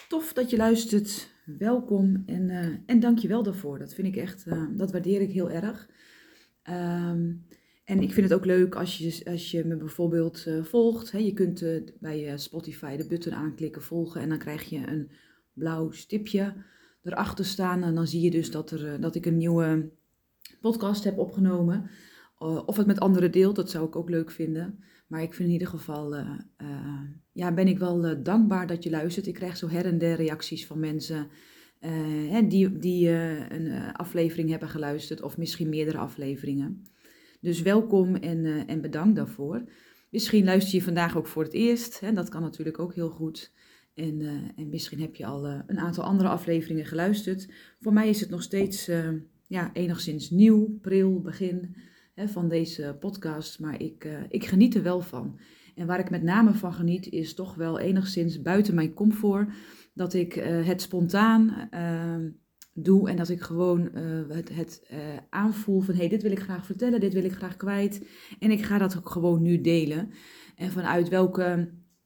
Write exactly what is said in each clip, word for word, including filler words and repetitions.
Tof dat je luistert. Welkom en, uh, en dank je wel daarvoor. Dat vind ik echt, uh, dat waardeer ik heel erg. Um, en ik vind het ook leuk als je, als je me bijvoorbeeld uh, volgt. Hè. Je kunt uh, bij uh, Spotify de button aanklikken, volgen en dan krijg je een blauw stipje erachter staan. En dan zie je dus dat, er, uh, dat ik een nieuwe podcast heb opgenomen. Uh, of het met anderen deelt, dat zou ik ook leuk vinden. Maar ik vind in ieder geval, uh, uh, ja, ben ik wel uh, dankbaar dat je luistert. Ik krijg zo her en der reacties van mensen uh, hè, die, die uh, een uh, aflevering hebben geluisterd. Of misschien meerdere afleveringen. Dus welkom en, uh, en bedankt daarvoor. Misschien luister je vandaag ook voor het eerst. Hè, dat kan natuurlijk ook heel goed. En, uh, en misschien heb je al uh, een aantal andere afleveringen geluisterd. Voor mij is het nog steeds uh, ja, enigszins nieuw, pril, begin hè, van deze podcast. Maar ik, uh, ik geniet er wel van. En waar ik met name van geniet is toch wel enigszins buiten mijn comfort. Dat ik uh, het spontaan uh, doe en dat ik gewoon uh, het, het uh, aanvoel van hé, hey, dit wil ik graag vertellen, dit wil ik graag kwijt. En ik ga dat ook gewoon nu delen. En vanuit welke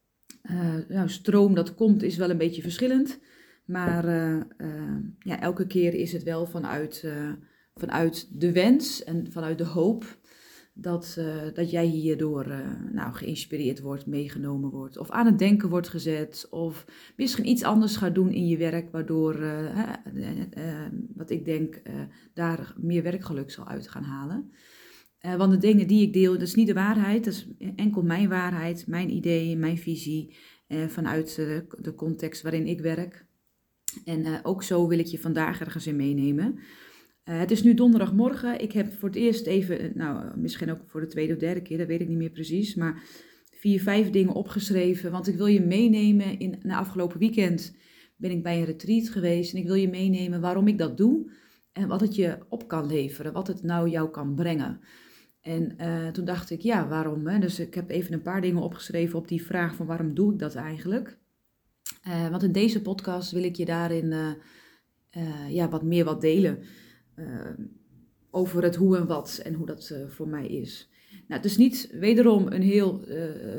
uh, nou, stroom dat komt is wel een beetje verschillend. Maar uh, uh, ja, elke keer is het wel vanuit, uh, vanuit de wens en vanuit de hoop dat, uh, dat jij hierdoor uh, nou, geïnspireerd wordt, meegenomen wordt. Of aan het denken wordt gezet. Of misschien iets anders gaat doen in je werk. Waardoor, uh, uh, uh, uh, wat ik denk, uh, daar meer werkgeluk zal uit gaan halen. Uh, want de dingen die ik deel, dat is niet de waarheid. Dat is enkel mijn waarheid, mijn ideeën, mijn visie. Uh, vanuit uh, de context waarin ik werk. En uh, ook zo wil ik je vandaag ergens in meenemen. Uh, het is nu donderdagmorgen. Ik heb voor het eerst even, nou misschien ook voor de tweede of derde keer, dat weet ik niet meer precies, maar vier, vijf dingen opgeschreven. Want ik wil je meenemen, in de afgelopen weekend ben ik bij een retreat geweest en ik wil je meenemen waarom ik dat doe en wat het je op kan leveren, wat het nou jou kan brengen. En uh, toen dacht ik, ja, waarom? Hè? Dus ik heb even een paar dingen opgeschreven op die vraag van waarom doe ik dat eigenlijk? Uh, want in deze podcast wil ik je daarin uh, uh, ja, wat meer wat delen. Uh, over het hoe en wat en hoe dat uh, voor mij is. Nou, het is niet wederom een heel uh, uh,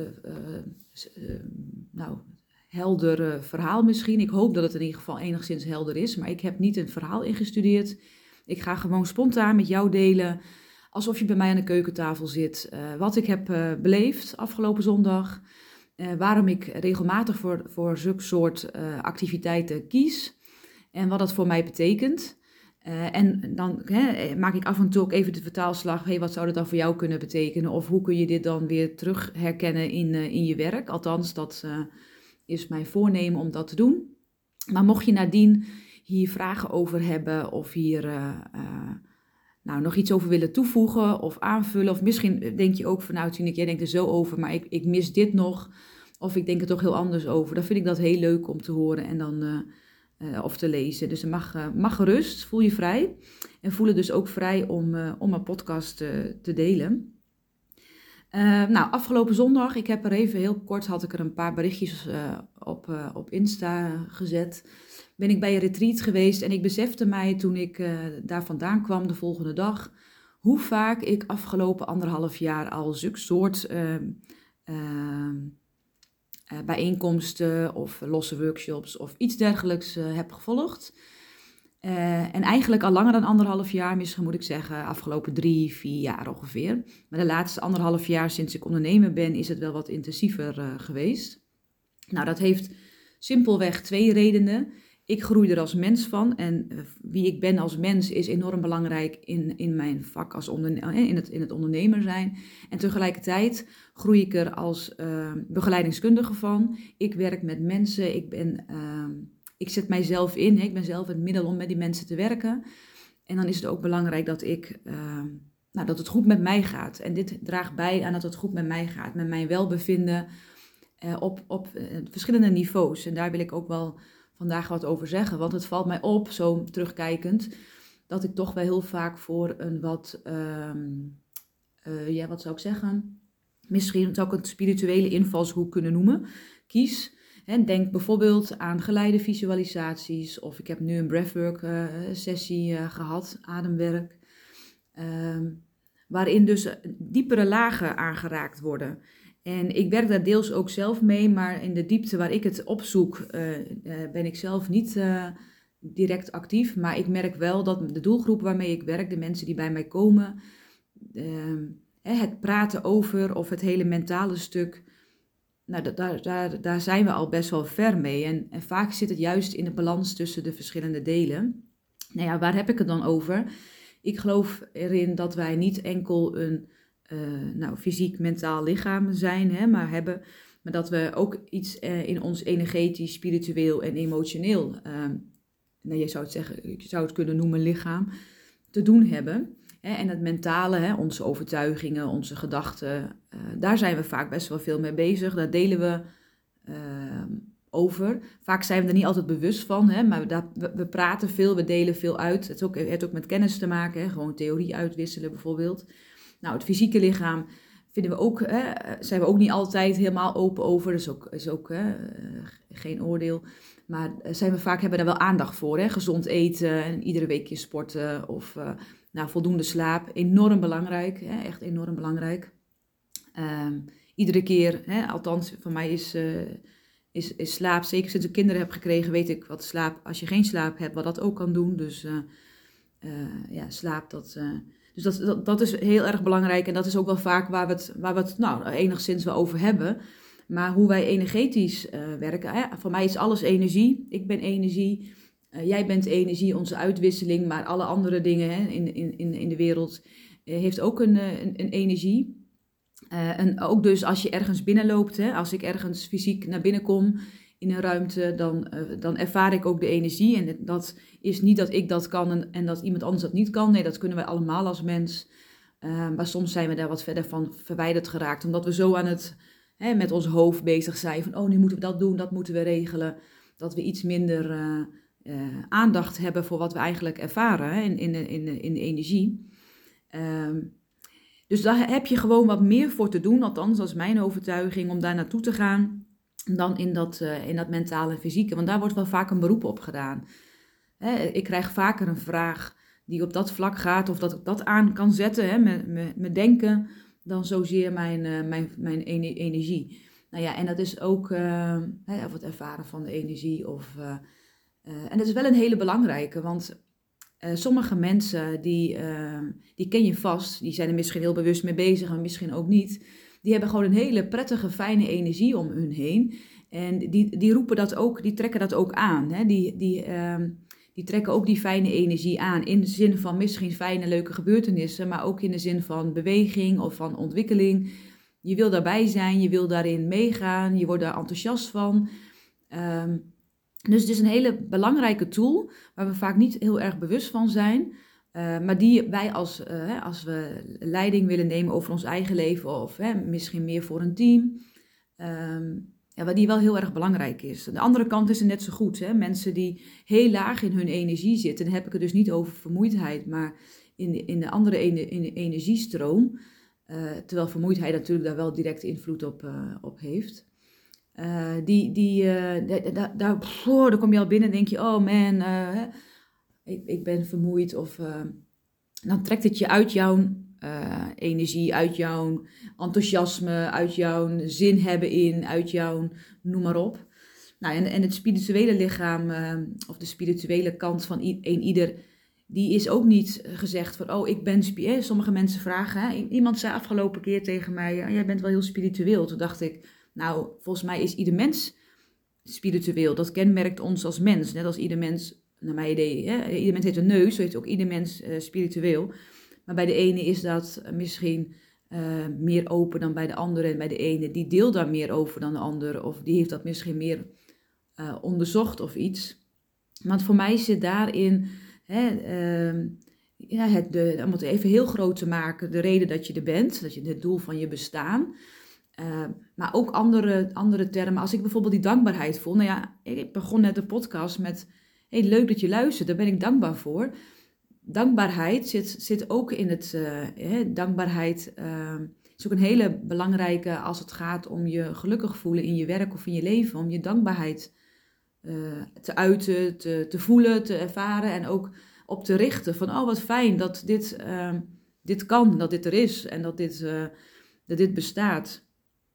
uh, uh, nou, helder uh, verhaal misschien. Ik hoop dat het in ieder geval enigszins helder is, maar ik heb niet een verhaal ingestudeerd. Ik ga gewoon spontaan met jou delen, alsof je bij mij aan de keukentafel zit, uh, wat ik heb uh, beleefd afgelopen zondag. Uh, waarom ik regelmatig voor, voor zulke soort uh, activiteiten kies en wat dat voor mij betekent. Uh, en dan he, maak ik af en toe ook even de vertaalslag. Hey, wat zou dat dan voor jou kunnen betekenen? Of hoe kun je dit dan weer terug herkennen in, uh, in je werk? Althans, dat uh, is mijn voornemen om dat te doen. Maar mocht je nadien hier vragen over hebben of hier uh, uh, nou, nog iets over willen toevoegen of aanvullen. Of misschien denk je ook van nou Tineke, jij denkt er zo over, maar ik, ik mis dit nog. Of ik denk er toch heel anders over. Dan vind ik dat heel leuk om te horen en dan... Uh, Uh, of te lezen. Dus mag, uh, mag gerust, voel je vrij. En voel je dus ook vrij om, uh, om een podcast uh, te delen. Uh, nou, afgelopen zondag, ik heb er even heel kort, had ik er een paar berichtjes uh, op, uh, op Insta gezet. Ben ik bij een retreat geweest en ik besefte mij toen ik uh, daar vandaan kwam de volgende dag, hoe vaak ik afgelopen anderhalf jaar al zulke soort... Uh, uh, Uh, bijeenkomsten of losse workshops of iets dergelijks uh, heb gevolgd. Uh, en eigenlijk al langer dan anderhalf jaar, misschien moet ik zeggen, afgelopen drie, vier jaar ongeveer. Maar de laatste anderhalf jaar sinds ik ondernemer ben, is het wel wat intensiever uh, geweest. Nou, dat heeft simpelweg twee redenen. Ik groei er als mens van en uh, wie ik ben als mens is enorm belangrijk in, in mijn vak als onderne- in, het, in het ondernemer zijn. En tegelijkertijd groei ik er als uh, begeleidingskundige van. Ik werk met mensen, ik, ben, uh, ik zet mijzelf in, hè. Ik ben zelf het middel om met die mensen te werken. En dan is het ook belangrijk dat, ik, uh, nou, dat het goed met mij gaat. En dit draagt bij aan dat het goed met mij gaat, met mijn welbevinden uh, op, op uh, verschillende niveaus. En daar wil ik ook wel vandaag wat over zeggen, want het valt mij op, zo terugkijkend, dat ik toch wel heel vaak voor een wat, uh, uh, ja, wat zou ik zeggen, misschien zou ik het spirituele invalshoek kunnen noemen, kies. He, denk bijvoorbeeld aan geleide visualisaties, of ik heb nu een breathwork uh, sessie uh, gehad, ademwerk, uh, waarin dus diepere lagen aangeraakt worden. En ik werk daar deels ook zelf mee, maar in de diepte waar ik het opzoek, uh, uh, ben ik zelf niet uh, direct actief. Maar ik merk wel dat de doelgroep waarmee ik werk, de mensen die bij mij komen, uh, het praten over of het hele mentale stuk, nou, daar, daar, daar zijn we al best wel ver mee. En, en vaak zit het juist in de balans tussen de verschillende delen. Nou ja, waar heb ik het dan over? Ik geloof erin dat wij niet enkel een uh, nou, fysiek, mentaal lichaam zijn, hè, maar hebben, maar dat we ook iets uh, in ons energetisch, spiritueel en emotioneel, uh, nou, je zou het zeggen, je zou het kunnen noemen lichaam, te doen hebben. Hè, en het mentale, hè, onze overtuigingen, onze gedachten, uh, daar zijn we vaak best wel veel mee bezig. Daar delen we uh, over. Vaak zijn we er niet altijd bewust van, hè, maar we, we, we praten veel, we delen veel uit. Het, is ook, het heeft ook met kennis te maken, hè, gewoon theorie uitwisselen bijvoorbeeld. Nou, het fysieke lichaam vinden we ook, hè, zijn we ook niet altijd helemaal open over. Dat is ook, is ook hè, geen oordeel. Maar zijn we vaak, hebben we daar wel aandacht voor. Hè? Gezond eten en iedere weekje sporten of uh, nou, voldoende slaap. Enorm belangrijk, hè? Echt enorm belangrijk. Um, iedere keer, hè, althans voor mij is, uh, is, is slaap, zeker sinds ik kinderen heb gekregen, weet ik wat slaap, als je geen slaap hebt, wat dat ook kan doen. Dus uh, uh, ja, slaap, dat... Uh, Dus dat, dat, dat is heel erg belangrijk en dat is ook wel vaak waar we het, waar we het nou, enigszins wel over hebben. Maar hoe wij energetisch uh, werken, hè? Voor mij is alles energie. Ik ben energie, uh, jij bent energie, onze uitwisseling. Maar alle andere dingen hè, in, in, in de wereld uh, heeft ook een, een, een energie. Uh, en ook dus als je ergens binnenloopt, hè, als ik ergens fysiek naar binnen kom in een ruimte, dan, uh, dan ervaar ik ook de energie. En dat is niet dat ik dat kan en, en dat iemand anders dat niet kan. Nee, dat kunnen wij allemaal als mens. Uh, maar soms zijn we daar wat verder van verwijderd geraakt. Omdat we zo aan het, hè, met ons hoofd bezig zijn. Van, oh, nu moeten we dat doen, dat moeten we regelen. Dat we iets minder uh, uh, aandacht hebben voor wat we eigenlijk ervaren, hè, in, in, de, in, de, in de energie. Um, dus daar heb je gewoon wat meer voor te doen. Althans, dat is mijn overtuiging, om daar naartoe te gaan. Dan in dat, uh, in dat mentale en fysieke. Want daar wordt wel vaak een beroep op gedaan. Hè, ik krijg vaker een vraag die op dat vlak gaat. Of dat ik dat aan kan zetten. Hè, met, met, met denken. Dan zozeer mijn, uh, mijn, mijn energie. Nou ja, en dat is ook uh, hè, of het ervaren van de energie. Of, uh, uh, en dat is wel een hele belangrijke. Want uh, sommige mensen, die, uh, die ken je vast. Die zijn er misschien heel bewust mee bezig. Maar misschien ook niet. Die hebben gewoon een hele prettige, fijne energie om hun heen. En die, die roepen dat ook, die trekken dat ook aan. Hè? Die, die, uh, die trekken ook die fijne energie aan. In de zin van misschien fijne, leuke gebeurtenissen. Maar ook in de zin van beweging of van ontwikkeling. Je wil daarbij zijn, je wil daarin meegaan. Je wordt daar enthousiast van. Um, dus het is een hele belangrijke tool. Waar we vaak niet heel erg bewust van zijn. Uh, maar die wij als, uh, als we leiding willen nemen over ons eigen leven of hè, misschien meer voor een team, um, ja, waar die wel heel erg belangrijk is. De andere kant is er net zo goed. Hè? Mensen die heel laag in hun energie zitten, dan heb ik het dus niet over vermoeidheid, maar in de, in de andere ene, in de energiestroom, uh, terwijl vermoeidheid natuurlijk daar wel direct invloed op, uh, op heeft. Uh, die, die, uh, daar, daar, daar, oh, dan kom je al binnen en denk je, oh man, uh, Ik, ik ben vermoeid of uh, dan trekt het je uit jouw uh, energie, uit jouw enthousiasme, uit jouw zin hebben in, uit jouw noem maar op. Nou, en, en het spirituele lichaam uh, of de spirituele kant van i- een ieder, die is ook niet gezegd van, oh ik ben spiritueel. Sommige mensen vragen, hè? Iemand zei afgelopen keer tegen mij, ja, jij bent wel heel spiritueel. Toen dacht ik, nou volgens mij is ieder mens spiritueel. Dat kenmerkt ons als mens, net als ieder mens. Naar mijn idee, hè? Ieder mens heeft een neus, zo heeft ook ieder mens uh, spiritueel. Maar bij de ene is dat misschien uh, meer open dan bij de andere. En bij de ene, die deelt daar meer over dan de andere. Of die heeft dat misschien meer uh, onderzocht of iets. Want voor mij zit daarin, hè, uh, ja, het, de, om het even heel groot te maken, de reden dat je er bent. Dat je het doel van je bestaan. Uh, maar ook andere, andere termen. Als ik bijvoorbeeld die dankbaarheid voel. Nou ja, ik begon net de podcast met, hey, leuk dat je luistert, daar ben ik dankbaar voor. Dankbaarheid zit, zit ook in het, uh, eh, dankbaarheid uh, is ook een hele belangrijke als het gaat om je gelukkig voelen in je werk of in je leven. Om je dankbaarheid uh, te uiten, te, te voelen, te ervaren en ook op te richten. Van, oh wat fijn dat dit, uh, dit kan, dat dit er is en dat dit, uh, dat dit bestaat.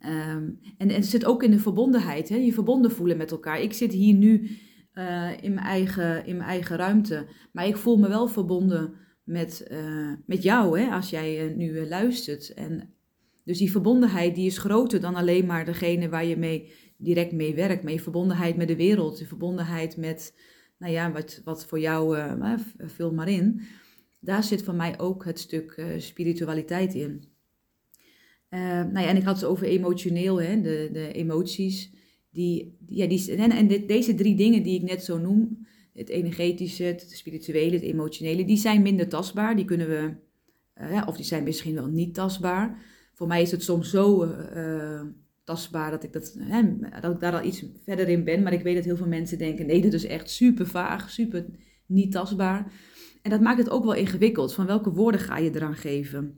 Um, en, en het zit ook in de verbondenheid, hè? Je verbonden voelen met elkaar. Ik zit hier nu uh, in, mijn eigen, in mijn eigen ruimte, maar ik voel me wel verbonden met, uh, met jou, hè? Als jij uh, nu uh, luistert. En dus die verbondenheid die is groter dan alleen maar degene waar je mee, direct mee werkt. Maar je verbondenheid met de wereld, je verbondenheid met, nou ja, wat, wat voor jou, uh, vul maar in. Daar zit voor mij ook het stuk uh, spiritualiteit in. Uh, nou ja, en ik had het over emotioneel, hè, de, de emoties. Die, ja, die, en dit, deze drie dingen die ik net zo noem, het energetische, het spirituele, het emotionele, die zijn minder tastbaar. Die kunnen we, uh, of die zijn misschien wel niet tastbaar. Voor mij is het soms zo uh, tastbaar dat ik, dat, hè, dat ik daar al iets verder in ben. Maar ik weet dat heel veel mensen denken, nee, dat is echt super vaag, super niet tastbaar. En dat maakt het ook wel ingewikkeld. Van welke woorden ga je eraan geven?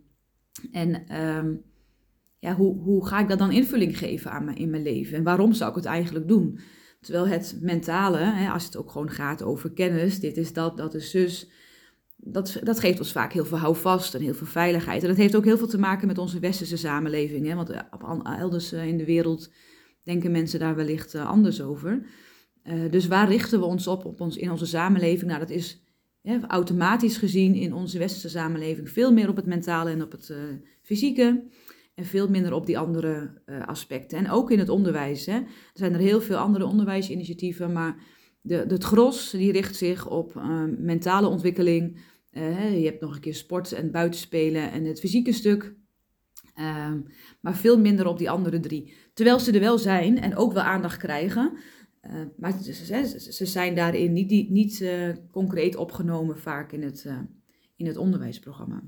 En um, ja, hoe, hoe ga ik dat dan invulling geven aan mijn, in mijn leven? En waarom zou ik het eigenlijk doen? Terwijl het mentale, hè, als het ook gewoon gaat over kennis, dit is dat, dat is zus, dat, dat geeft ons vaak heel veel houvast en heel veel veiligheid. En dat heeft ook heel veel te maken met onze westerse samenleving. Hè? Want op, elders in de wereld denken mensen daar wellicht anders over. Uh, dus waar richten we ons op, op ons, in onze samenleving? Nou, dat is ja, automatisch gezien in onze westerse samenleving veel meer op het mentale en op het uh, fysieke. En veel minder op die andere uh, aspecten. En ook in het onderwijs. Hè. Er zijn er heel veel andere onderwijsinitiatieven. Maar de, de, het gros die richt zich op uh, mentale ontwikkeling. Uh, je hebt nog een keer sport en buitenspelen en het fysieke stuk. Uh, maar veel minder op die andere drie. Terwijl ze er wel zijn en ook wel aandacht krijgen. Uh, maar ze, ze zijn daarin niet, niet uh, concreet opgenomen vaak in het, uh, in het onderwijsprogramma.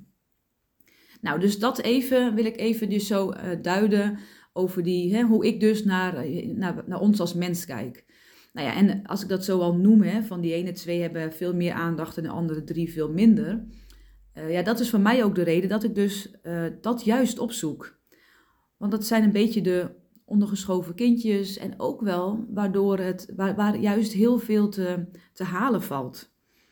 Nou, dus dat even wil ik even dus zo uh, duiden over die, hè, hoe ik dus naar, naar, naar ons als mens kijk. Nou ja, en als ik dat zo al noem, hè, van die ene twee hebben veel meer aandacht en de andere drie veel minder. Uh, ja, dat is voor mij ook de reden dat ik dus uh, dat juist opzoek. Want dat zijn een beetje de ondergeschoven kindjes en ook wel waardoor het, waar, waar juist heel veel te, te halen valt.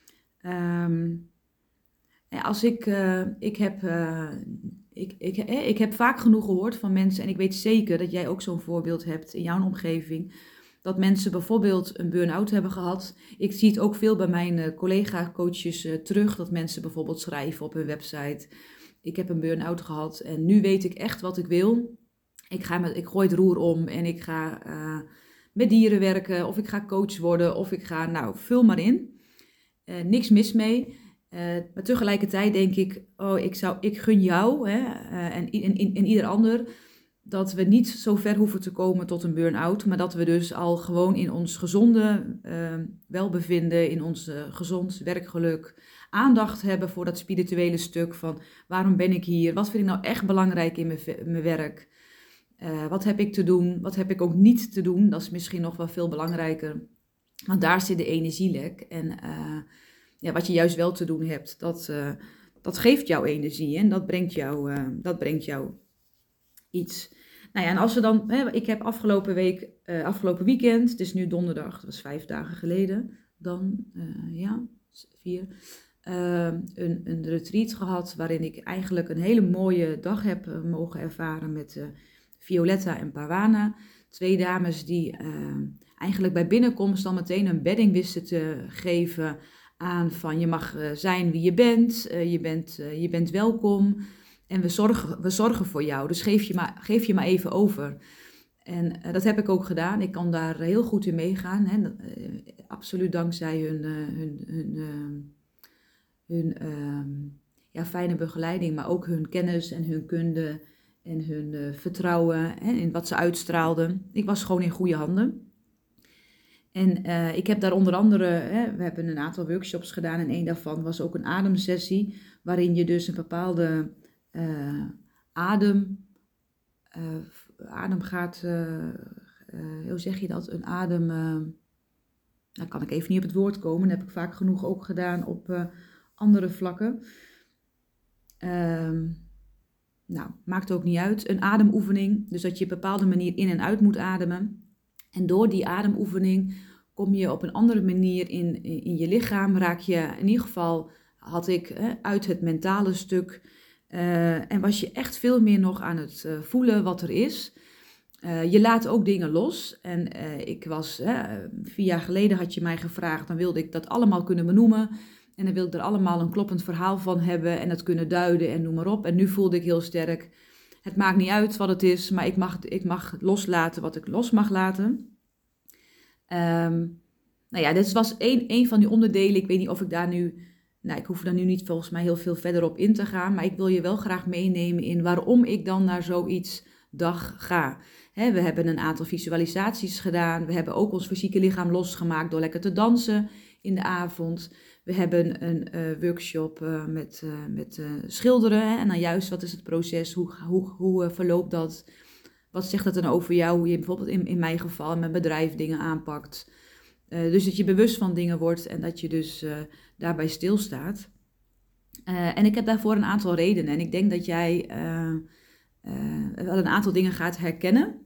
Um, Als ik, uh, ik, heb, uh, ik, ik, eh, ik heb vaak genoeg gehoord van mensen, en ik weet zeker dat jij ook zo'n voorbeeld hebt in jouw omgeving, dat mensen bijvoorbeeld een burn-out hebben gehad. Ik zie het ook veel bij mijn uh, collega-coaches uh, terug, dat mensen bijvoorbeeld schrijven op hun website. Ik heb een burn-out gehad en nu weet ik echt wat ik wil. Ik, ga met, ik gooi het roer om en ik ga uh, met dieren werken, of ik ga coach worden, of ik ga, nou, vul maar in. Uh, niks mis mee. Uh, maar tegelijkertijd denk ik, oh, ik, zou, ik gun jou hè, uh, en, en, en ieder ander dat we niet zo ver hoeven te komen tot een burn-out, maar dat we dus al gewoon in ons gezonde uh, welbevinden, in ons uh, gezond werkgeluk, aandacht hebben voor dat spirituele stuk van waarom ben ik hier, wat vind ik nou echt belangrijk in mijn, mijn werk, uh, wat heb ik te doen, wat heb ik ook niet te doen, dat is misschien nog wel veel belangrijker, want daar zit de energielek en uh, ja, wat je juist wel te doen hebt, dat, uh, dat geeft jou energie en dat brengt jou, uh, dat brengt jou iets. Nou ja, en als we dan, hè, ik heb afgelopen week, uh, afgelopen weekend, het is nu donderdag, dat was vijf dagen geleden, dan, uh, ja, vier, uh, een, een retreat gehad waarin ik eigenlijk een hele mooie dag heb uh, mogen ervaren met uh, Violetta en Parwana. Twee dames die uh, eigenlijk bij binnenkomst al meteen een bedding wisten te geven aan van je mag uh, zijn wie je bent, uh, je bent, uh, je bent welkom en we zorgen, we zorgen voor jou, dus geef je maar, geef je maar even over. En uh, dat heb ik ook gedaan, ik kan daar heel goed in meegaan, hè. Uh, absoluut dankzij hun, uh, hun, hun, uh, hun uh, ja, fijne begeleiding, maar ook hun kennis en hun kunde en hun uh, vertrouwen hè, in wat ze uitstraalden. Ik was gewoon in goede handen. En uh, ik heb daar onder andere, hè, we hebben een aantal workshops gedaan en een daarvan was ook een ademsessie, waarin je dus een bepaalde uh, adem, uh, adem gaat, uh, uh, hoe zeg je dat, een adem, uh, nou kan ik even niet op het woord komen, dat heb ik vaak genoeg ook gedaan op uh, andere vlakken. Uh, nou, maakt ook niet uit, een ademoefening, dus dat je op een bepaalde manier in en uit moet ademen. En door die ademoefening kom je op een andere manier in, in, in je lichaam, raak je, in ieder geval had ik hè, uit het mentale stuk uh, en was je echt veel meer nog aan het uh, voelen wat er is. Uh, je laat ook dingen los. En uh, ik was, uh, vier jaar geleden had je mij gevraagd, dan wilde ik dat allemaal kunnen benoemen. En dan wilde ik er allemaal een kloppend verhaal van hebben en dat kunnen duiden en noem maar op. En nu voelde ik heel sterk, het maakt niet uit wat het is, maar ik mag, ik mag loslaten wat ik los mag laten. Um, nou ja, dit was één, één van die onderdelen. Ik weet niet of ik daar nu, nou ik hoef daar nu niet volgens mij heel veel verder op in te gaan. Maar ik wil je wel graag meenemen in waarom ik dan naar zoiets dag ga. He, we hebben een aantal visualisaties gedaan. We hebben ook ons fysieke lichaam losgemaakt door lekker te dansen in de avond. We hebben een uh, workshop uh, met, uh, met uh, schilderen. Hè? En dan juist, wat is het proces? Hoe, hoe, hoe uh, verloopt dat? Wat zegt dat dan over jou? Hoe je bijvoorbeeld in, in mijn geval in mijn bedrijf dingen aanpakt. Uh, dus dat je bewust van dingen wordt en dat je dus uh, daarbij stilstaat. Uh, en ik heb daarvoor een aantal redenen. En ik denk dat jij uh, uh, wel een aantal dingen gaat herkennen.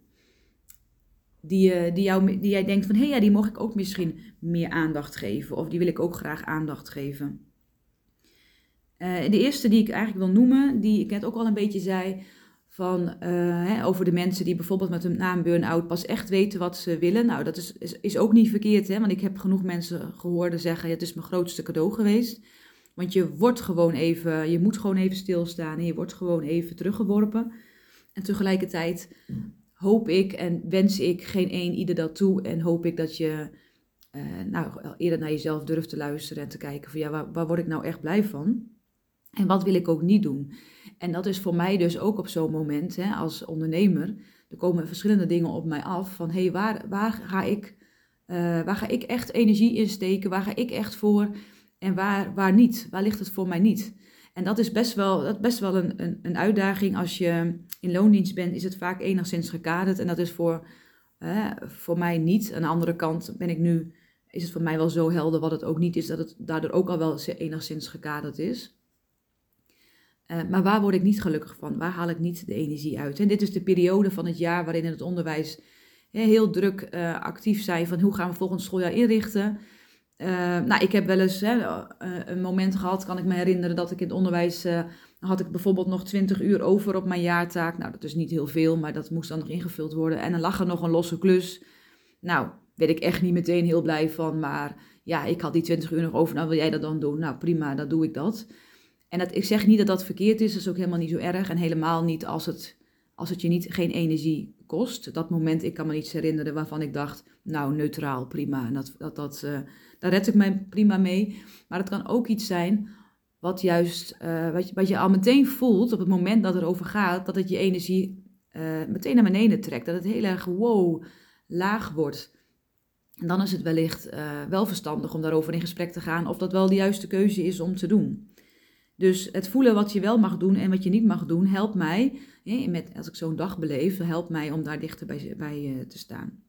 Die, uh, die, jou, die jij denkt van, hé hey, ja, die mocht ik ook misschien meer aandacht geven. Of die wil ik ook graag aandacht geven. Uh, de eerste die ik eigenlijk wil noemen, die ik net ook al een beetje zei, van, uh, hè, over de mensen die bijvoorbeeld met een, na een burn-out pas echt weten wat ze willen. Nou, dat is, is, is ook niet verkeerd, hè, want ik heb genoeg mensen gehoord zeggen, ja, het is mijn grootste cadeau geweest. Want je wordt gewoon even, je moet gewoon even stilstaan en je wordt gewoon even teruggeworpen. En tegelijkertijd hoop ik en wens ik geen een ieder dat toe en hoop ik dat je uh, nou, eerder naar jezelf durft te luisteren en te kijken van, ja, waar, waar word ik nou echt blij van? En wat wil ik ook niet doen? En dat is voor mij dus ook op zo'n moment, hè, als ondernemer, er komen verschillende dingen op mij af van, hé, hey, waar, waar, ga ik, uh, waar ga ik echt energie in steken? Waar ga ik echt voor? En waar, waar niet? Waar ligt het voor mij niet? En dat is best wel, dat is best wel een, een, een uitdaging. Als je in loondienst bent, is het vaak enigszins gekaderd. En dat is voor, uh, voor mij niet. Aan de andere kant ben ik nu, is het voor mij wel zo helder wat het ook niet is, dat het daardoor ook al wel enigszins gekaderd is. Uh, maar waar word ik niet gelukkig van? Waar haal ik niet de energie uit? En dit is de periode van het jaar waarin in het onderwijs hè, heel druk uh, actief zijn van hoe gaan we volgend schooljaar inrichten. Uh, nou, ik heb wel eens hè, uh, een moment gehad, kan ik me herinneren, dat ik in het onderwijs, uh, had ik bijvoorbeeld nog twintig uur over op mijn jaartaak. Nou, dat is niet heel veel, maar dat moest dan nog ingevuld worden. En dan lag er nog een losse klus. Nou, werd ik echt niet meteen heel blij van, maar ja, ik had die twintig uur nog over. Nou, wil jij dat dan doen? Nou, prima, dan doe ik dat. En dat, ik zeg niet dat dat verkeerd is, dat is ook helemaal niet zo erg. En helemaal niet als het, als het je niet, geen energie kost. Dat moment, ik kan me iets herinneren waarvan ik dacht, nou, neutraal, prima. En dat, dat, dat, uh, daar red ik mij prima mee. Maar het kan ook iets zijn wat juist, uh, wat, je, wat je al meteen voelt op het moment dat het over gaat, dat het je energie uh, meteen naar beneden trekt. Dat het heel erg wow, laag wordt. En dan is het wellicht uh, wel verstandig om daarover in gesprek te gaan of dat wel de juiste keuze is om te doen. Dus het voelen wat je wel mag doen en wat je niet mag doen, helpt mij, hè, met, als ik zo'n dag beleef, helpt mij om daar dichter bij, bij uh, te staan.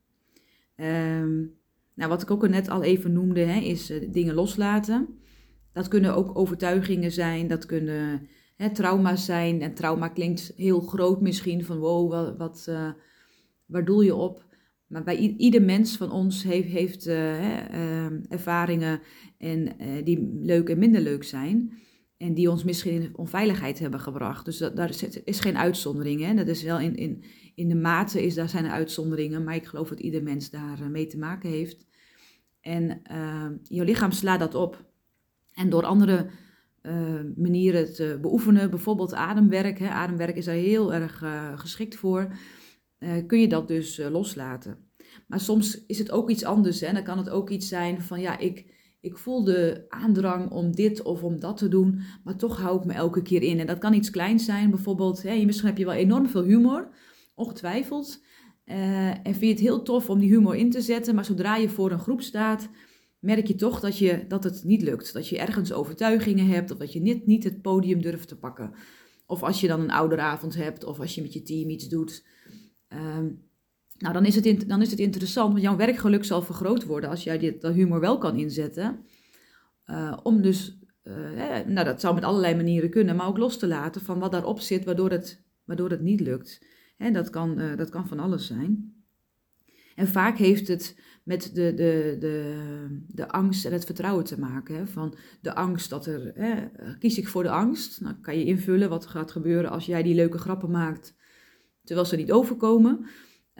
Um, nou, wat ik ook net al even noemde, hè, is uh, dingen loslaten. Dat kunnen ook overtuigingen zijn, dat kunnen hè, trauma's zijn. En trauma klinkt heel groot misschien, van wow, wat, wat, uh, waar doel je op? Maar bij i- ieder mens van ons heeft, heeft uh, uh, ervaringen en, uh, die leuk en minder leuk zijn. En die ons misschien in onveiligheid hebben gebracht. Dus dat, daar is, is geen uitzondering. Hè? Dat is wel in, in, in de mate is, daar zijn er uitzonderingen. Maar ik geloof dat ieder mens daar uh, mee te maken heeft. En uh, je lichaam slaat dat op. En door andere uh, manieren te beoefenen, bijvoorbeeld ademwerk. Hè? Ademwerk is daar heel erg uh, geschikt voor. Uh, kun je dat dus uh, loslaten. Maar soms is het ook iets anders. Hè? Dan kan het ook iets zijn van ja, ik... Ik voel de aandrang om dit of om dat te doen, maar toch hou ik me elke keer in. En dat kan iets kleins zijn, bijvoorbeeld, hè, misschien heb je wel enorm veel humor, ongetwijfeld. Uh, en vind je het heel tof om die humor in te zetten, maar zodra je voor een groep staat, merk je toch dat, je, dat het niet lukt. Dat je ergens overtuigingen hebt of dat je niet, niet het podium durft te pakken. Of als je dan een ouderavond hebt of als je met je team iets doet. Um, Nou, dan is, het in, dan is het interessant, want jouw werkgeluk zal vergroot worden als jij dit, dat humor wel kan inzetten. Uh, om dus, uh, eh, nou dat zou met allerlei manieren kunnen, maar ook los te laten van wat daarop zit, waardoor het, waardoor het niet lukt. Hè, dat, kan, uh, dat kan van alles zijn. En vaak heeft het met de, de, de, de angst en het vertrouwen te maken. Hè, van de angst dat er, hè, kies ik voor de angst? Nou, kan je invullen wat gaat gebeuren als jij die leuke grappen maakt, terwijl ze niet overkomen.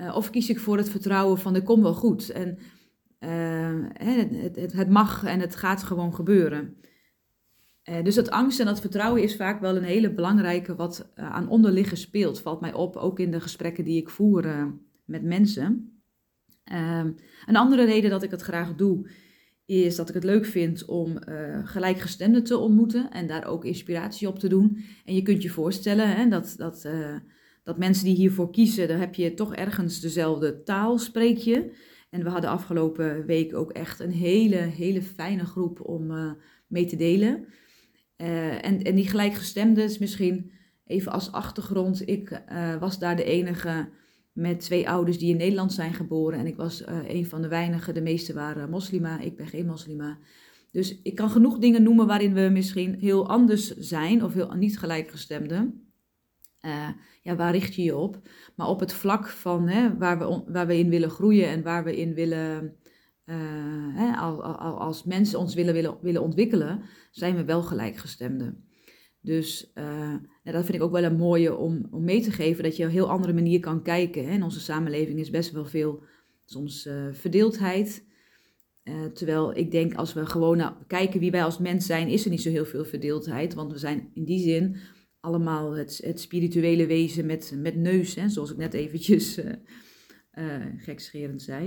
Uh, of kies ik voor het vertrouwen van ik kom wel goed. En uh, het, het, het mag en het gaat gewoon gebeuren. Uh, dus dat angst en dat vertrouwen is vaak wel een hele belangrijke wat uh, aan onderliggen speelt. Valt mij op, ook in de gesprekken die ik voer uh, met mensen. Uh, een andere reden dat ik het graag doe, is dat ik het leuk vind om uh, gelijkgestemden te ontmoeten en daar ook inspiratie op te doen. En je kunt je voorstellen hè, dat, dat, uh, dat mensen die hiervoor kiezen, dan heb je toch ergens dezelfde taal spreek je. En we hadden afgelopen week ook echt een hele, hele fijne groep om uh, mee te delen. Uh, en, en die gelijkgestemden is misschien even als achtergrond. Ik uh, was daar de enige met twee ouders die in Nederland zijn geboren. En ik was uh, een van de weinigen, de meeste waren moslima. Ik ben geen moslima. Dus ik kan genoeg dingen noemen waarin we misschien heel anders zijn. Of heel niet gelijkgestemden. Uh, ja, waar richt je je op? Maar op het vlak van hè, waar, we on, waar we in willen groeien. En waar we in willen, uh, hè, al, al, als mensen ons willen, willen, willen ontwikkelen. Zijn we wel gelijkgestemden. Dus uh, ja, dat vind ik ook wel een mooie om, om mee te geven, dat je op een heel andere manier kan kijken. Hè. In onze samenleving is best wel veel soms uh, verdeeldheid. Uh, terwijl ik denk, als we gewoon nou, kijken wie wij als mens zijn, is er niet zo heel veel verdeeldheid. Want we zijn in die zin allemaal het, het spirituele wezen met, met neus, hè, zoals ik net eventjes uh, uh, gekscherend zei.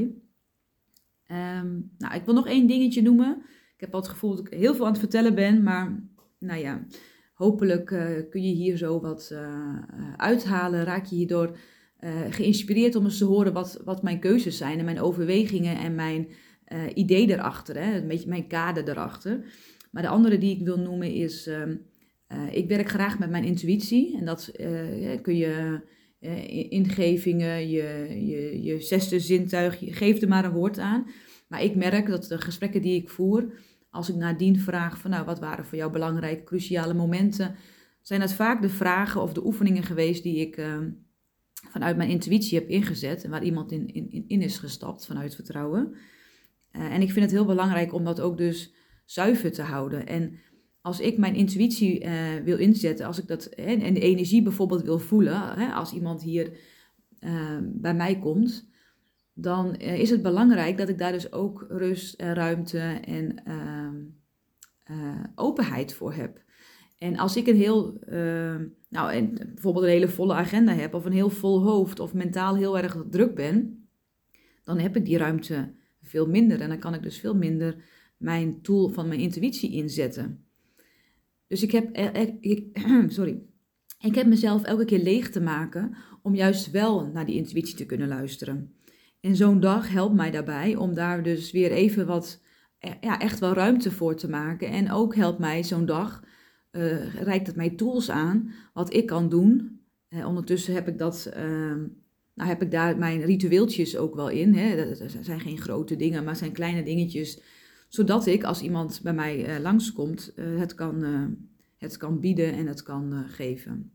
Um, nou, ik wil nog één dingetje noemen. Ik heb al het gevoel dat ik heel veel aan het vertellen ben, maar nou ja... Hopelijk uh, kun je hier zo wat uh, uithalen, raak je hierdoor uh, geïnspireerd om eens te horen wat, wat mijn keuzes zijn en mijn overwegingen en mijn uh, idee erachter, hè? Een beetje mijn kader erachter. Maar de andere die ik wil noemen is, uh, uh, ik werk graag met mijn intuïtie en dat uh, ja, kun je uh, ingevingen, je, je, je zesde zintuig, je geeft er maar een woord aan. Maar ik merk dat de gesprekken die ik voer, als ik nadien vraag van nou, wat waren voor jou belangrijke, cruciale momenten, zijn dat vaak de vragen of de oefeningen geweest die ik uh, vanuit mijn intuïtie heb ingezet en waar iemand in, in, in is gestapt vanuit vertrouwen. Uh, en ik vind het heel belangrijk om dat ook dus zuiver te houden. En als ik mijn intuïtie uh, wil inzetten, als ik dat hè, en de energie bijvoorbeeld wil voelen, hè, als iemand hier uh, bij mij komt, dan uh, is het belangrijk dat ik daar dus ook rust en ruimte en uh, uh, openheid voor heb. En als ik een heel, uh, nou en bijvoorbeeld een hele volle agenda heb of een heel vol hoofd of mentaal heel erg druk ben, dan heb ik die ruimte veel minder en dan kan ik dus veel minder mijn tool van mijn intuïtie inzetten. Dus ik heb, uh, ik, sorry, ik heb mezelf elke keer leeg te maken om juist wel naar die intuïtie te kunnen luisteren. En zo'n dag helpt mij daarbij om daar dus weer even wat, ja, echt wel ruimte voor te maken. En ook helpt mij zo'n dag, uh, reikt het mij tools aan wat ik kan doen. Uh, ondertussen heb ik, dat, uh, nou heb ik daar mijn ritueeltjes ook wel in. Hè. Dat zijn geen grote dingen, maar het zijn kleine dingetjes. Zodat ik, als iemand bij mij uh, langskomt, uh, het, kan, uh, het kan bieden en het kan uh, geven.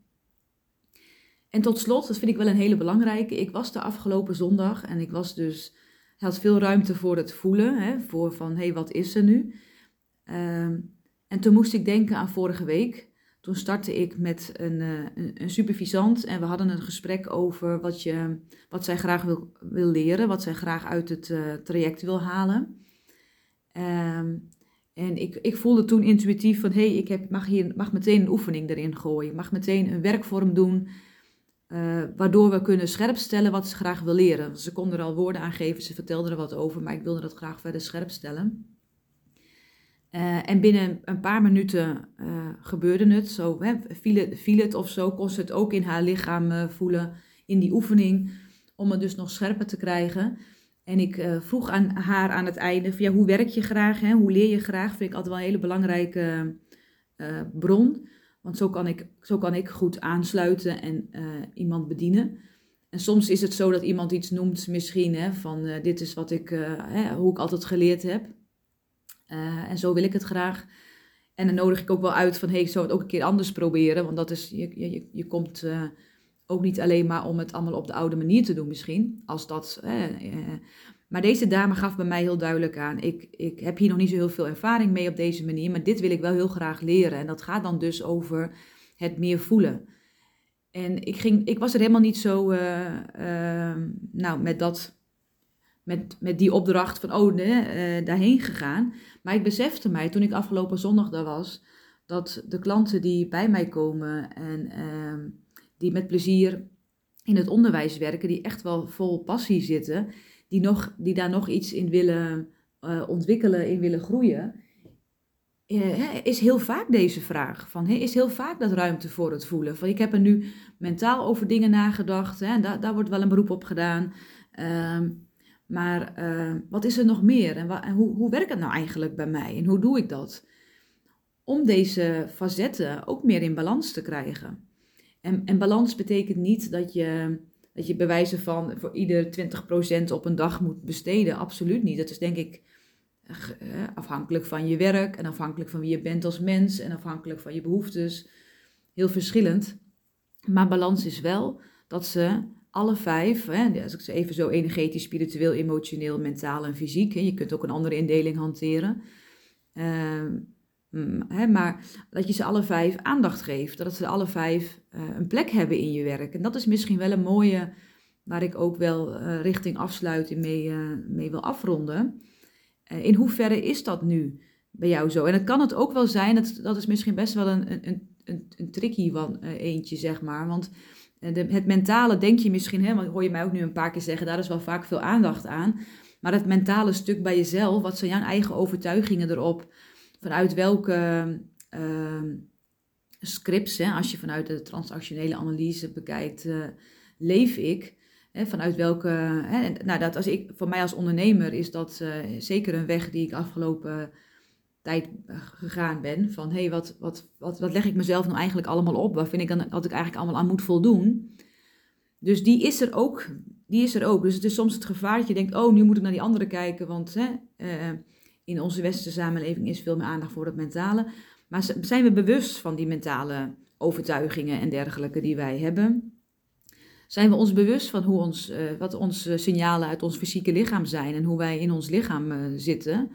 En tot slot, dat vind ik wel een hele belangrijke. Ik was de afgelopen zondag en ik was dus, had veel ruimte voor het voelen. Hè, voor van, hé, hey, wat is er nu? Um, en toen moest ik denken aan vorige week. Toen startte ik met een, uh, een, een supervisant en we hadden een gesprek over wat, je, wat zij graag wil, wil leren. Wat zij graag uit het uh, traject wil halen. Um, en ik, ik voelde toen intuïtief van, hé, hey, ik heb, mag, hier, mag meteen een oefening erin gooien. Ik mag meteen een werkvorm doen. Uh, waardoor we kunnen scherpstellen wat ze graag wil leren. Ze kon er al woorden aan geven, ze vertelde er wat over, maar ik wilde dat graag verder scherpstellen. Uh, en binnen een paar minuten uh, gebeurde het. Zo, hè, viel, het, viel het of zo, kon ze het ook in haar lichaam uh, voelen in die oefening. Om het dus nog scherper te krijgen. En ik uh, vroeg aan haar aan het einde, van, ja, hoe werk je graag? Hè? Hoe leer je graag? Vind ik altijd wel een hele belangrijke uh, bron. Want zo kan ik, zo kan ik goed aansluiten en uh, iemand bedienen. En soms is het zo dat iemand iets noemt misschien, hè, van uh, dit is wat ik, uh, hè, hoe ik altijd geleerd heb. Uh, en zo wil ik het graag. En dan nodig ik ook wel uit van, hey, ik zou het ook een keer anders proberen. Want dat is, je, je, je komt uh, ook niet alleen maar om het allemaal op de oude manier te doen misschien. Als dat, uh, uh, maar deze dame gaf bij mij heel duidelijk aan, ik, ik heb hier nog niet zo heel veel ervaring mee op deze manier. Maar dit wil ik wel heel graag leren. En dat gaat dan dus over het meer voelen. En ik, ging, ik was er helemaal niet zo uh, uh, nou, met, dat, met, met die opdracht van oh, nee, uh, daarheen gegaan. Maar ik besefte mij toen ik afgelopen zondag daar was, dat de klanten die bij mij komen en uh, die met plezier in het onderwijs werken, die echt wel vol passie zitten, die, nog, die daar nog iets in willen uh, ontwikkelen, in willen groeien, uh, is heel vaak deze vraag. Van, is heel vaak dat ruimte voor het voelen. Van, ik heb er nu mentaal over dingen nagedacht, hè, en daar, daar wordt wel een beroep op gedaan. Uh, maar uh, wat is er nog meer? En, wa- en hoe, hoe werkt het nou eigenlijk bij mij? En hoe doe ik dat? Om deze facetten ook meer in balans te krijgen. En, en balans betekent niet dat je, dat je bij wijze van voor ieder twintig procent op een dag moet besteden. Absoluut niet. Dat is denk ik afhankelijk van je werk en afhankelijk van wie je bent als mens en afhankelijk van je behoeftes. Heel verschillend. Maar balans is wel dat ze alle vijf, hè, als ik ze even zo energetisch, spiritueel, emotioneel, mentaal en fysiek. Hè, je kunt ook een andere indeling hanteren. Uh, He, maar dat je ze alle vijf aandacht geeft. Dat ze alle vijf uh, een plek hebben in je werk. En dat is misschien wel een mooie, waar ik ook wel uh, richting afsluiting mee, uh, mee wil afronden. Uh, in hoeverre is dat nu bij jou zo? En het kan het ook wel zijn, dat, dat is misschien best wel een, een, een, een tricky van, uh, eentje, zeg maar. Want uh, de, het mentale denk je misschien, hè, want hoor je mij ook nu een paar keer zeggen, daar is wel vaak veel aandacht aan. Maar het mentale stuk bij jezelf, wat zijn jouw eigen overtuigingen erop? Vanuit welke uh, scripts, hè, als je vanuit de transactionele analyse bekijkt, uh, leef ik? Hè, vanuit welke, hè, nou dat als ik, voor mij als ondernemer is dat uh, zeker een weg die ik afgelopen tijd gegaan ben. Van hé, hey, wat, wat, wat, wat leg ik mezelf nou eigenlijk allemaal op? Waar vind ik dan dat ik eigenlijk allemaal aan moet voldoen? Dus die is er ook. Die is er ook. Dus het is soms het gevaar dat je denkt, oh, nu moet ik naar die andere kijken, want hè, uh, in onze westerse samenleving is veel meer aandacht voor het mentale. Maar zijn we bewust van die mentale overtuigingen en dergelijke die wij hebben? Zijn we ons bewust van hoe ons, uh, wat onze signalen uit ons fysieke lichaam zijn en hoe wij in ons lichaam uh, zitten?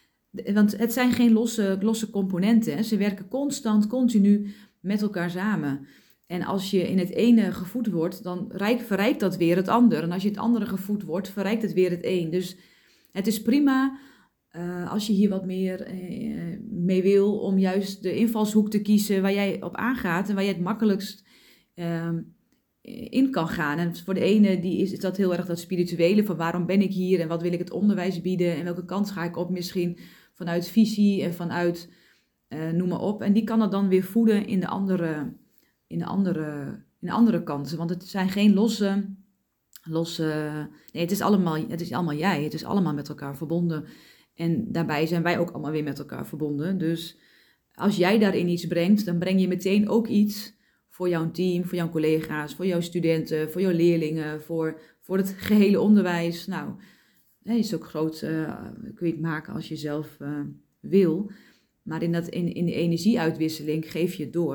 Want het zijn geen losse, losse componenten. Hè? Ze werken constant, continu met elkaar samen. En als je in het ene gevoed wordt, dan verrijkt dat weer het ander. En als je het andere gevoed wordt, verrijkt het weer het een. Dus het is prima uh, als je hier wat meer uh, mee wil, om juist de invalshoek te kiezen waar jij op aangaat en waar je het makkelijkst uh, in kan gaan. En voor de ene die is, is dat heel erg dat spirituele, van waarom ben ik hier en wat wil ik het onderwijs bieden en welke kant ga ik op, misschien vanuit visie en vanuit uh, noem maar op. En die kan het dan weer voeden in de andere, in de andere, in de andere kanten. Want het zijn geen losse, losse nee, het is, allemaal, het is allemaal jij. Het is allemaal met elkaar verbonden. En daarbij zijn wij ook allemaal weer met elkaar verbonden. Dus als jij daarin iets brengt, dan breng je meteen ook iets voor jouw team, voor jouw collega's, voor jouw studenten, voor jouw leerlingen, voor, voor het gehele onderwijs. Nou, het is ook groot, uh, kun je het maken als je zelf uh, wil. Maar in, dat, in, in de energieuitwisseling geef je het door.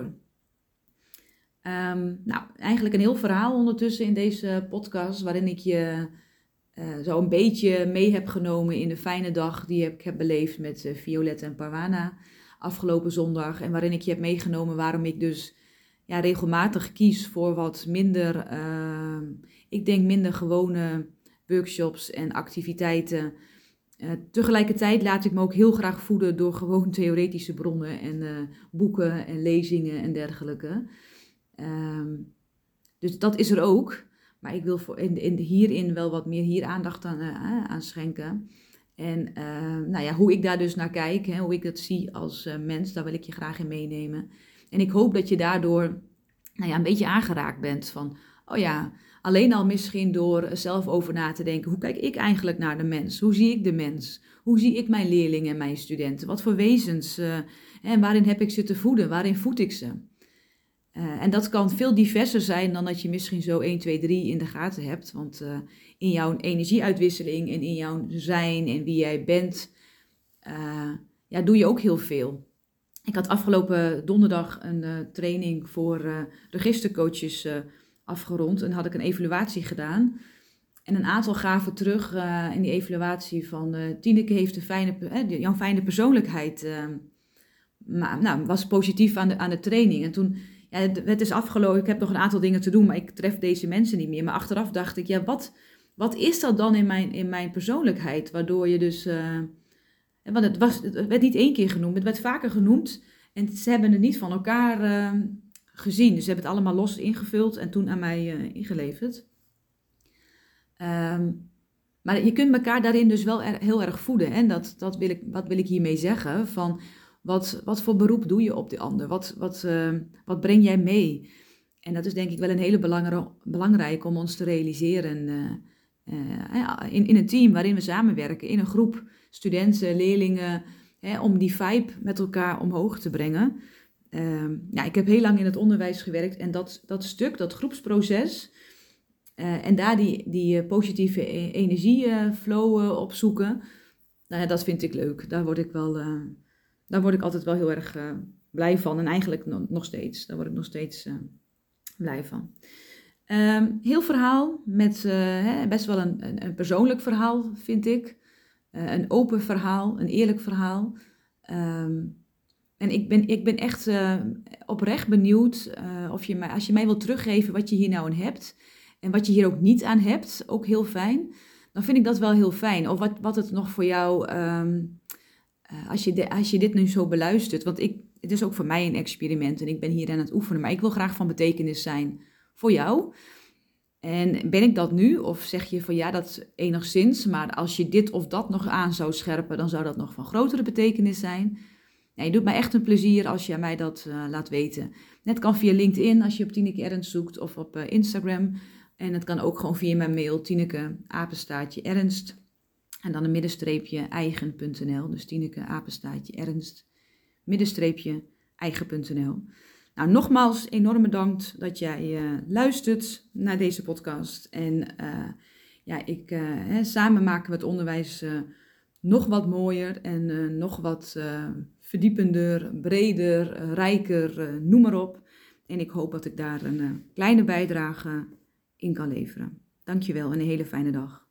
Um, nou, eigenlijk een heel verhaal ondertussen in deze podcast, waarin ik je uh, zo een beetje mee heb genomen in de fijne dag die ik heb beleefd met uh, Violette en Parwana afgelopen zondag. En waarin ik je heb meegenomen waarom ik dus ja, regelmatig kies voor wat minder, uh, ik denk minder gewone workshops en activiteiten. Uh, tegelijkertijd laat ik me ook heel graag voeden door gewoon theoretische bronnen en uh, boeken en lezingen en dergelijke. Um, dus dat is er ook. Maar ik wil voor in, in, hierin wel wat meer hier aandacht aan, uh, aan schenken. En uh, nou ja, hoe ik daar dus naar kijk, hè, hoe ik dat zie als uh, mens, daar wil ik je graag in meenemen. En ik hoop dat je daardoor nou ja, een beetje aangeraakt bent van, oh ja, alleen al misschien door zelf over na te denken, hoe kijk ik eigenlijk naar de mens? Hoe zie ik de mens? Hoe zie ik mijn leerlingen en mijn studenten? Wat voor wezens? Uh, en waarin heb ik ze te voeden? Waarin voed ik ze? Uh, en dat kan veel diverser zijn dan dat je misschien zo één, twee, drie in de gaten hebt. Want uh, in jouw energieuitwisseling en in jouw zijn en wie jij bent, uh, ja, doe je ook heel veel. Ik had afgelopen donderdag een uh, training voor uh, registercoaches uh, afgerond en had ik een evaluatie gedaan. En een aantal gaven terug uh, in die evaluatie van uh, Tineke heeft een fijne, uh, jouw fijne persoonlijkheid uh, maar, nou, was positief aan de, aan de training. En toen ja, het, het is afgelopen, ik heb nog een aantal dingen te doen, maar ik tref deze mensen niet meer. Maar achteraf dacht ik, ja, wat, wat is dat dan in mijn, in mijn persoonlijkheid? Waardoor je dus, uh, want het, was, het werd niet één keer genoemd, het werd vaker genoemd. En ze hebben het niet van elkaar uh, gezien. Dus ze hebben het allemaal los ingevuld en toen aan mij uh, ingeleverd. Um, maar je kunt elkaar daarin dus wel er, heel erg voeden. En dat, dat wil ik, wat wil ik hiermee zeggen? Van wat, wat voor beroep doe je op de ander? Wat, wat, uh, wat breng jij mee? En dat is denk ik wel een hele belangrijke belangrijk om ons te realiseren. Uh, uh, in, in een team waarin we samenwerken. In een groep studenten, leerlingen. Hè, om die vibe met elkaar omhoog te brengen. Uh, ja, ik heb heel lang in het onderwijs gewerkt. En dat, dat stuk, dat groepsproces... Uh, en daar die, die uh, positieve e- energieflow uh, opzoeken, nou ja, dat vind ik leuk. Daar word ik, wel, uh, daar word ik altijd wel heel erg uh, blij van. En eigenlijk no- nog steeds. Daar word ik nog steeds uh, blij van. Um, heel verhaal met uh, hè, best wel een, een, een persoonlijk verhaal, vind ik. Uh, een open verhaal, een eerlijk verhaal. Um, en ik ben, ik ben echt uh, oprecht benieuwd uh, of je mij, als je mij wilt teruggeven wat je hier nou aan hebt... En wat je hier ook niet aan hebt, ook heel fijn, dan vind ik dat wel heel fijn. Of wat, wat het nog voor jou, um, uh, als, je de, als je dit nu zo beluistert. Want ik, het is ook voor mij een experiment en ik ben hier aan het oefenen. Maar ik wil graag van betekenis zijn voor jou. En ben ik dat nu? Of zeg je van ja, dat enigszins. Maar als je dit of dat nog aan zou scherpen, dan zou dat nog van grotere betekenis zijn. Ja, je doet mij echt een plezier als je mij dat uh, laat weten. Net kan via LinkedIn als je op Tineke Ernst zoekt of op uh, Instagram. En het kan ook gewoon via mijn mail, Tineke, apenstaartje, Ernst. En dan een middenstreepje eigen.nl. Dus Tineke, apenstaartje, Ernst, middenstreepje eigen.nl. Nou, nogmaals enorm bedankt dat jij uh, luistert naar deze podcast. En uh, ja, ik, uh, hè, samen maken we het onderwijs uh, nog wat mooier en uh, nog wat uh, verdiepender, breder, uh, rijker, uh, noem maar op. En ik hoop dat ik daar een uh, kleine bijdrage in kan leveren. Dankjewel en een hele fijne dag.